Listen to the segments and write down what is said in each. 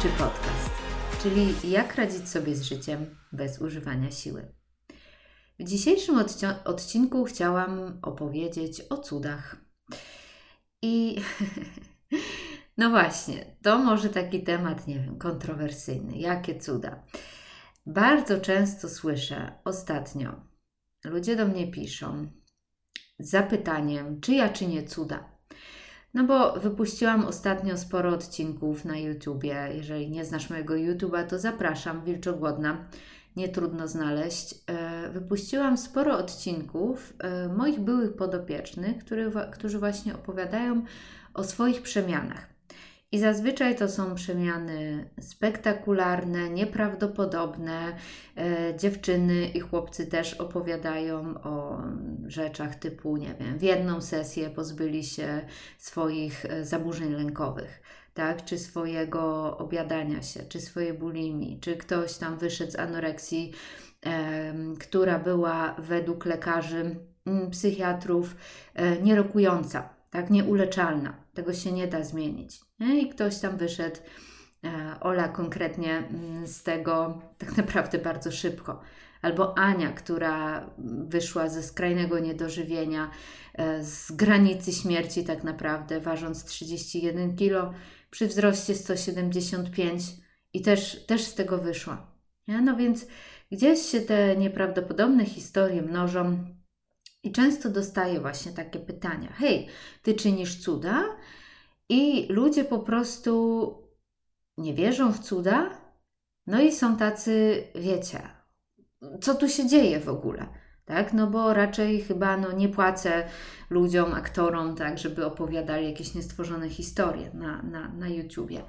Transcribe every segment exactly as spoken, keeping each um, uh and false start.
Twórczy Podcast, czyli jak radzić sobie z życiem bez używania siły. W dzisiejszym odci- odcinku chciałam opowiedzieć o cudach. I no właśnie, to może taki temat, nie wiem, kontrowersyjny. Jakie cuda? Bardzo często słyszę ostatnio, ludzie do mnie piszą z zapytaniem, czy ja czynię cuda. No bo wypuściłam ostatnio sporo odcinków na YouTubie. Jeżeli nie znasz mojego YouTube'a, to zapraszam, Wilczogłodna. Nie trudno znaleźć. Wypuściłam sporo odcinków moich byłych podopiecznych, który, którzy właśnie opowiadają o swoich przemianach. I zazwyczaj to są przemiany spektakularne, nieprawdopodobne. E, dziewczyny i chłopcy też opowiadają o rzeczach typu, nie wiem, w jedną sesję pozbyli się swoich zaburzeń lękowych, tak? Czy swojego objadania się, czy swojej bulimii, czy ktoś tam wyszedł z anoreksji, e, która była według lekarzy, m, psychiatrów e, nierokująca, tak? Nieuleczalna. Tego się nie da zmienić. Nie? I ktoś tam wyszedł, e, Ola konkretnie z tego tak naprawdę bardzo szybko. Albo Ania, która wyszła ze skrajnego niedożywienia, e, z granicy śmierci tak naprawdę, ważąc trzydzieści jeden kilo, przy wzroście sto siedemdziesiąt pięć i też, też z tego wyszła. Nie? No więc gdzieś się te nieprawdopodobne historie mnożą. I często dostaję właśnie takie pytania. Hej, ty czynisz cuda? I ludzie po prostu nie wierzą w cuda? No i są tacy, wiecie, co tu się dzieje w ogóle? Tak? No bo raczej chyba no, nie płacę ludziom, aktorom, tak, żeby opowiadali jakieś niestworzone historie na, na, na YouTubie.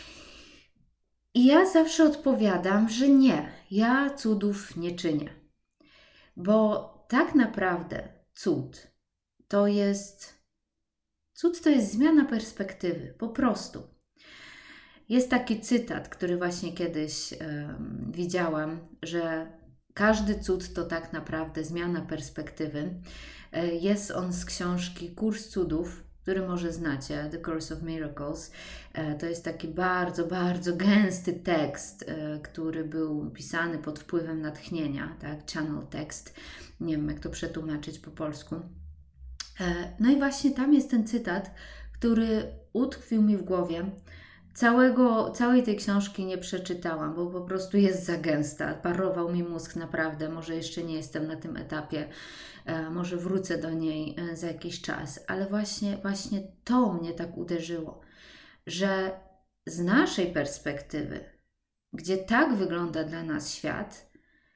I ja zawsze odpowiadam, że nie, ja cudów nie czynię. Bo tak naprawdę cud to jest, cud to jest zmiana perspektywy, po prostu. Jest taki cytat, który właśnie kiedyś um, widziałam, że każdy cud to tak naprawdę zmiana perspektywy. Jest on z książki Kurs Cudów, który może znacie, The Course of Miracles. To jest taki bardzo, bardzo gęsty tekst, który był pisany pod wpływem natchnienia, tak? Channel text. Nie wiem, jak to przetłumaczyć po polsku. No i właśnie tam jest ten cytat, który utkwił mi w głowie. Całego, całej tej książki nie przeczytałam, bo po prostu jest za gęsta. Parował mi mózg naprawdę. Może jeszcze nie jestem na tym etapie. Może wrócę do niej za jakiś czas. Ale właśnie, właśnie to mnie tak uderzyło, że z naszej perspektywy, gdzie tak wygląda dla nas świat,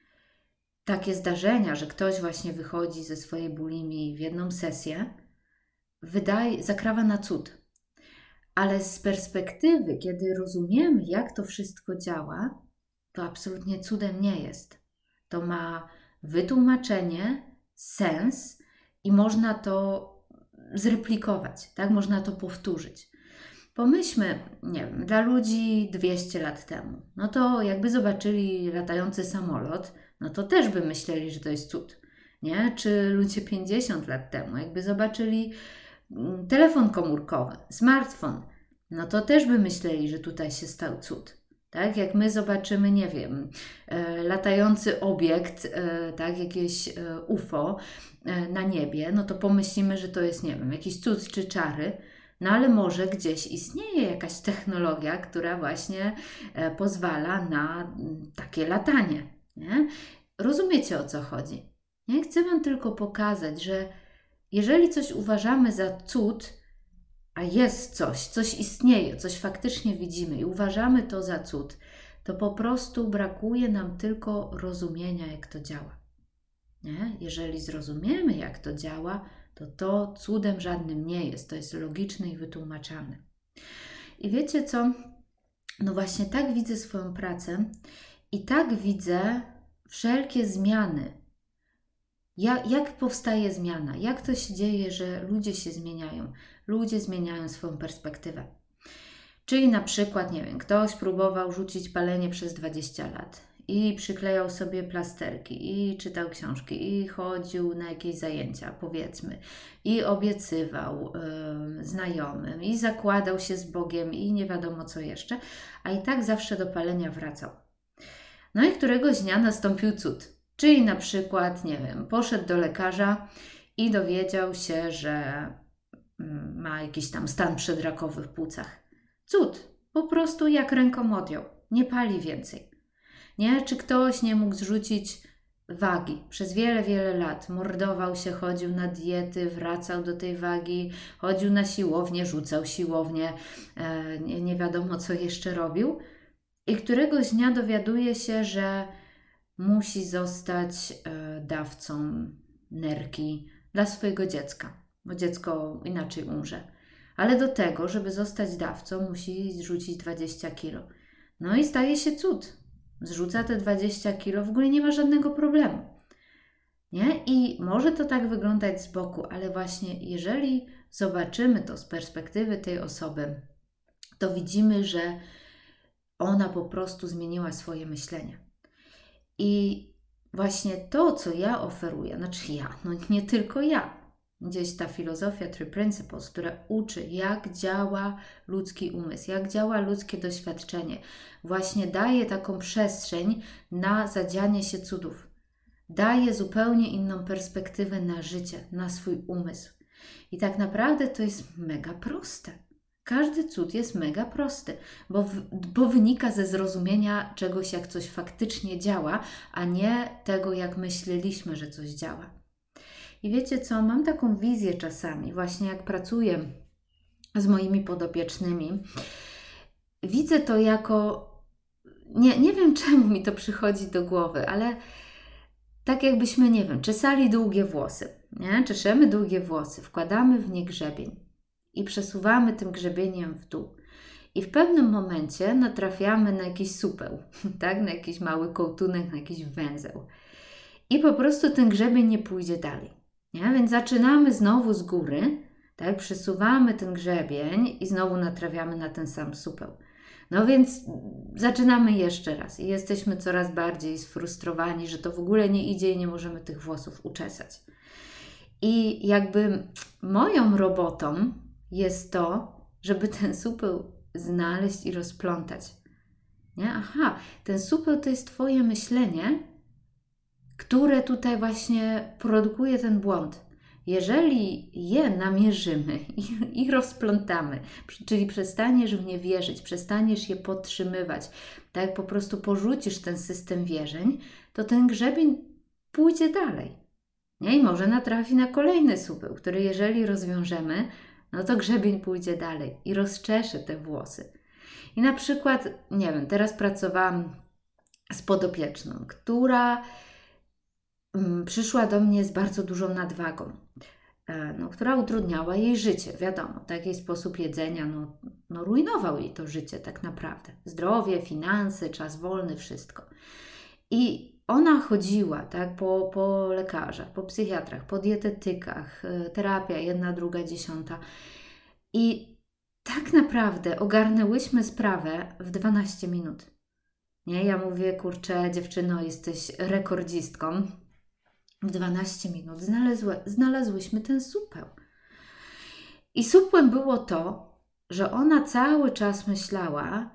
takie zdarzenia, że ktoś właśnie wychodzi ze swojej bulimii w jedną sesję, wydaje, zakrawa na cud. Ale z perspektywy, kiedy rozumiemy, jak to wszystko działa, to absolutnie cudem nie jest. To ma wytłumaczenie, sens i można to zreplikować, tak? Można to powtórzyć. Pomyślmy, nie wiem, dla ludzi dwieście lat temu, no to jakby zobaczyli latający samolot, no to też by myśleli, że to jest cud, nie? Czy ludzie pięćdziesiąt lat temu, jakby zobaczyli telefon komórkowy, smartfon, no to też by myśleli, że tutaj się stał cud. Tak? Jak my zobaczymy, nie wiem, e, latający obiekt, e, tak, jakieś e, U F O e, na niebie, no to pomyślimy, że to jest, nie wiem, jakiś cud czy czary, no ale może gdzieś istnieje jakaś technologia, która właśnie e, pozwala na m, takie latanie. Nie? Rozumiecie, o co chodzi? Nie? Chcę Wam tylko pokazać, że jeżeli coś uważamy za cud, a jest coś, coś istnieje, coś faktycznie widzimy i uważamy to za cud, to po prostu brakuje nam tylko rozumienia, jak to działa. Nie? Jeżeli zrozumiemy, jak to działa, to to cudem żadnym nie jest. To jest logiczne i wytłumaczalne. I wiecie co? No właśnie tak widzę swoją pracę i tak widzę wszelkie zmiany. Jak, jak powstaje zmiana? Jak to się dzieje, że ludzie się zmieniają? Ludzie zmieniają swoją perspektywę. Czyli na przykład, nie wiem, ktoś próbował rzucić palenie przez dwadzieścia lat i przyklejał sobie plasterki, i czytał książki, i chodził na jakieś zajęcia, powiedzmy, i obiecywał yy, znajomym, i zakładał się z Bogiem, i nie wiadomo co jeszcze, a i tak zawsze do palenia wracał. No i któregoś dnia nastąpił cud, czyli na przykład, nie wiem, poszedł do lekarza i dowiedział się, że ma jakiś tam stan przedrakowy w płucach. Cud, po prostu jak ręką odjął, nie pali więcej. Nie? Czy ktoś nie mógł zrzucić wagi? Przez wiele, wiele lat mordował się, chodził na diety, wracał do tej wagi, chodził na siłownię, rzucał siłownię, e, nie, nie wiadomo co jeszcze robił. I któregoś dnia dowiaduje się, że musi zostać e, dawcą nerki dla swojego dziecka, bo dziecko inaczej umrze. Ale do tego, żeby zostać dawcą, musi zrzucić dwadzieścia kilo. No i staje się cud. Zrzuca te dwadzieścia kilo, w ogóle nie ma żadnego problemu. Nie? I może to tak wyglądać z boku, ale właśnie jeżeli zobaczymy to z perspektywy tej osoby, to widzimy, że ona po prostu zmieniła swoje myślenie. I właśnie to, co ja oferuję, znaczy ja, no nie tylko ja, gdzieś ta filozofia Three Principles, która uczy, jak działa ludzki umysł, jak działa ludzkie doświadczenie, właśnie daje taką przestrzeń na zadzianie się cudów. Daje zupełnie inną perspektywę na życie, na swój umysł. I tak naprawdę to jest mega proste. Każdy cud jest mega prosty, bo, w, bo wynika ze zrozumienia czegoś, jak coś faktycznie działa, a nie tego, jak myśleliśmy, że coś działa. I wiecie co, mam taką wizję czasami, właśnie jak pracuję z moimi podopiecznymi, widzę to jako, nie, nie wiem czemu mi to przychodzi do głowy, ale tak jakbyśmy, nie wiem, czesali długie włosy, nie? Czeszemy długie włosy, wkładamy w nie grzebień i przesuwamy tym grzebieniem w dół. I w pewnym momencie natrafiamy na jakiś supeł, tak? Na jakiś mały kołtunek, na jakiś węzeł. I po prostu ten grzebień nie pójdzie dalej. Nie? Więc zaczynamy znowu z góry, tak? Przesuwamy ten grzebień i znowu natrafiamy na ten sam supeł. No więc zaczynamy jeszcze raz i jesteśmy coraz bardziej sfrustrowani, że to w ogóle nie idzie i nie możemy tych włosów uczesać. I jakby moją robotą jest to, żeby ten supeł znaleźć i rozplątać. Nie? Aha, ten supeł to jest Twoje myślenie, które tutaj właśnie produkuje ten błąd. Jeżeli je namierzymy i, i rozplątamy, czyli przestaniesz w nie wierzyć, przestaniesz je podtrzymywać, tak po prostu porzucisz ten system wierzeń, to ten grzebień pójdzie dalej. Nie? I może natrafi na kolejny supeł, który jeżeli rozwiążemy, no to grzebień pójdzie dalej i rozczesze te włosy. I na przykład, nie wiem, teraz pracowałam z podopieczną, która um, przyszła do mnie z bardzo dużą nadwagą, e, no, która utrudniała jej życie. Wiadomo, taki sposób jedzenia no, no, rujnował jej to życie tak naprawdę. Zdrowie, finanse, czas wolny, wszystko. I ona chodziła tak, po, po lekarzach, po psychiatrach, po dietetykach, terapia jedna, druga, dziesiąta. I tak naprawdę ogarnęłyśmy sprawę w dwanaście minut. Nie? Ja mówię, kurczę, dziewczyno, jesteś rekordzistką. W dwanaście minut znalazły, znalazłyśmy ten supeł. I supłem było to, że ona cały czas myślała,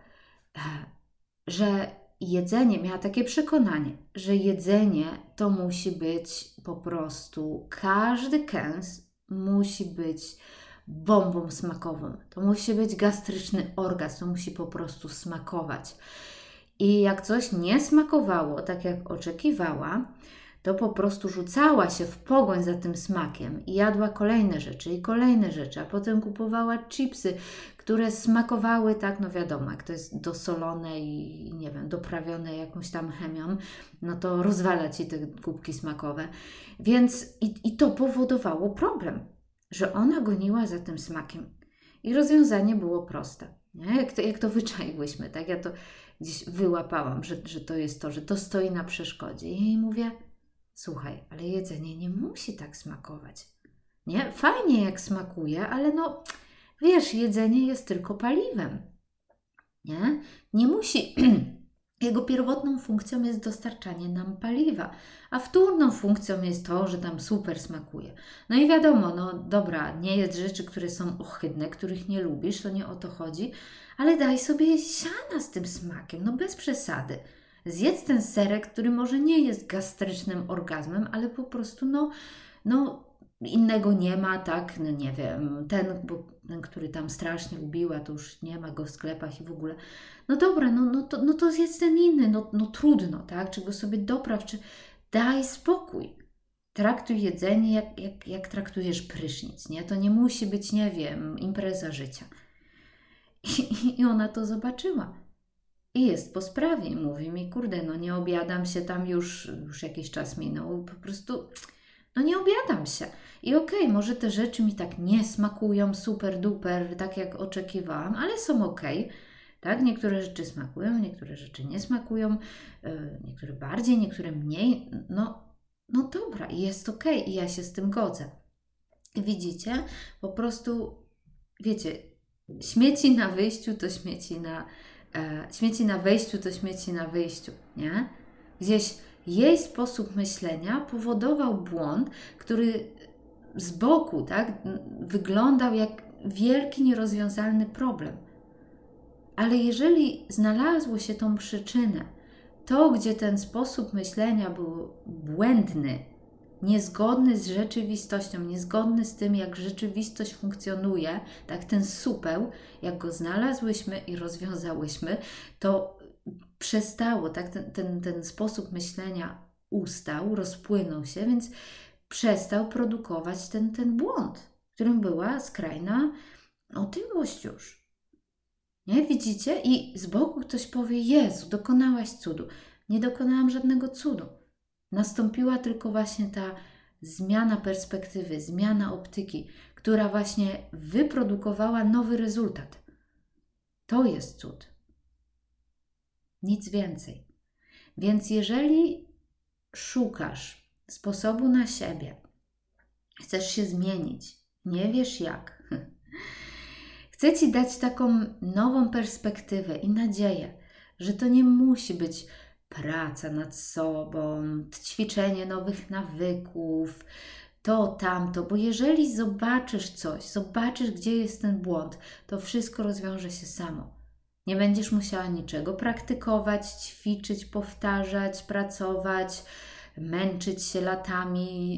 że jedzenie, miała takie przekonanie, że jedzenie to musi być po prostu, każdy kęs musi być bombą smakową. To musi być gastryczny orgazm, to musi po prostu smakować. I jak coś nie smakowało tak jak oczekiwała, to po prostu rzucała się w pogoń za tym smakiem i jadła kolejne rzeczy i kolejne rzeczy, a potem kupowała chipsy, które smakowały tak, no wiadomo, jak to jest dosolone i nie wiem, doprawione jakąś tam chemią, no to rozwala Ci te kubki smakowe. Więc i, i to powodowało problem, że ona goniła za tym smakiem. I rozwiązanie było proste. Nie? Jak, to, jak to wyczaiłyśmy, tak? Ja to gdzieś wyłapałam, że, że to jest to, że to stoi na przeszkodzie. I jej mówię, słuchaj, ale jedzenie nie musi tak smakować. Nie? Fajnie jak smakuje, ale no wiesz, jedzenie jest tylko paliwem. Nie? Nie musi, Jego pierwotną funkcją jest dostarczanie nam paliwa, a wtórną funkcją jest to, że tam super smakuje. No i wiadomo, no dobra, nie jedz rzeczy, które są ohydne, których nie lubisz, to nie o to chodzi, ale daj sobie siana z tym smakiem, no bez przesady. Zjedz ten serek, który może nie jest gastrycznym orgazmem, ale po prostu no, no innego nie ma, tak, no nie wiem, ten, bo ten, który tam strasznie lubiła, to już nie ma go w sklepach i w ogóle. No dobra, no, no, to, no to zjedz ten inny, no, no trudno, tak, czy go sobie dopraw, czy daj spokój. Traktuj jedzenie jak, jak, jak traktujesz prysznic, nie? To nie musi być, nie wiem, impreza życia. I, i ona to zobaczyła. I jest po sprawie i mówi mi, kurde, no nie obiadam się tam już, już jakiś czas minął, po prostu, no nie obiadam się. I okej, okay, może te rzeczy mi tak nie smakują super duper, tak jak oczekiwałam, ale są okej. Okay. Tak, niektóre rzeczy smakują, niektóre rzeczy nie smakują, yy, niektóre bardziej, niektóre mniej. No, no dobra, jest okej okay, i ja się z tym godzę. I widzicie, po prostu, wiecie, śmieci na wyjściu to śmieci na, e, śmieci na wejściu to śmieci na wyjściu, nie? Gdzieś jej sposób myślenia powodował błąd, który z boku, tak, wyglądał jak wielki, nierozwiązalny problem. Ale jeżeli znalazło się tą przyczynę, to gdzie ten sposób myślenia był błędny, niezgodny z rzeczywistością, niezgodny z tym, jak rzeczywistość funkcjonuje, tak ten supeł, jak go znalazłyśmy i rozwiązałyśmy, to przestało, tak ten, ten, ten sposób myślenia ustał, rozpłynął się, więc przestał produkować ten, ten błąd, którym była skrajna otyłość już. Nie, widzicie? I z boku ktoś powie, Jezu, dokonałaś cudu. Nie dokonałam żadnego cudu. Nastąpiła tylko właśnie ta zmiana perspektywy, zmiana optyki, która właśnie wyprodukowała nowy rezultat. To jest cud. Nic więcej. Więc jeżeli szukasz sposobu na siebie, chcesz się zmienić, nie wiesz jak, chcę Ci dać taką nową perspektywę i nadzieję, że to nie musi być praca nad sobą, ćwiczenie nowych nawyków, to, tamto, bo jeżeli zobaczysz coś, zobaczysz, gdzie jest ten błąd, to wszystko rozwiąże się samo. Nie będziesz musiała niczego praktykować, ćwiczyć, powtarzać, pracować, męczyć się latami.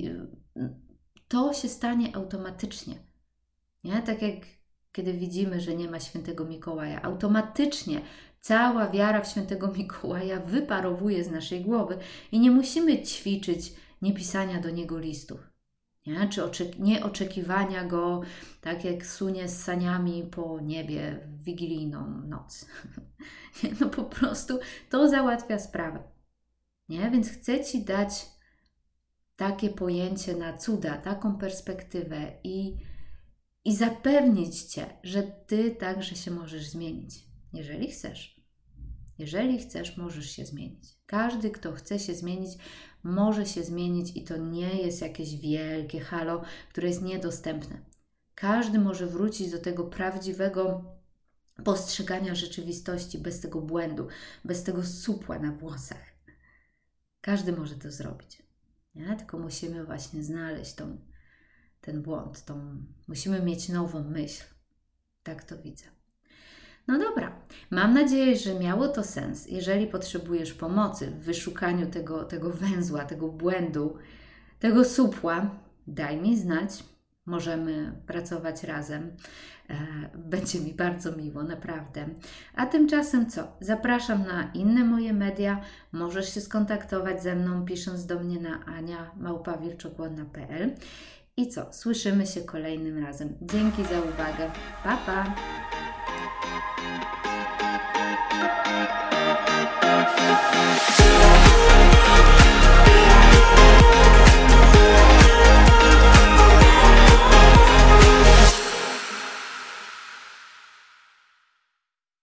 To się stanie automatycznie. Nie? Tak jak kiedy widzimy, że nie ma świętego Mikołaja, automatycznie cała wiara w świętego Mikołaja wyparowuje z naszej głowy i nie musimy ćwiczyć niepisania do niego listów, nie? Czy oczek- nie oczekiwania go, tak jak sunie z saniami po niebie w wigilijną noc. No po prostu to załatwia sprawę. Nie? Więc chcę Ci dać takie pojęcie na cuda, taką perspektywę i I zapewnić Cię, że Ty także się możesz zmienić, jeżeli chcesz. Jeżeli chcesz, możesz się zmienić. Każdy, kto chce się zmienić, może się zmienić i to nie jest jakieś wielkie halo, które jest niedostępne. Każdy może wrócić do tego prawdziwego postrzegania rzeczywistości, bez tego błędu, bez tego supła na włosach. Każdy może to zrobić. Nie? Tylko musimy właśnie znaleźć tą ten błąd, tą, musimy mieć nową myśl. Tak to widzę. No dobra, mam nadzieję, że miało to sens. Jeżeli potrzebujesz pomocy w wyszukaniu tego, tego węzła, tego błędu, tego supła, daj mi znać. Możemy pracować razem. Będzie mi bardzo miło, naprawdę. A tymczasem co? Zapraszam na inne moje media. Możesz się skontaktować ze mną, pisząc do mnie na ania małpa wilczogłodna kropka p l. I co? Słyszymy się kolejnym razem. Dzięki za uwagę. Pa, pa!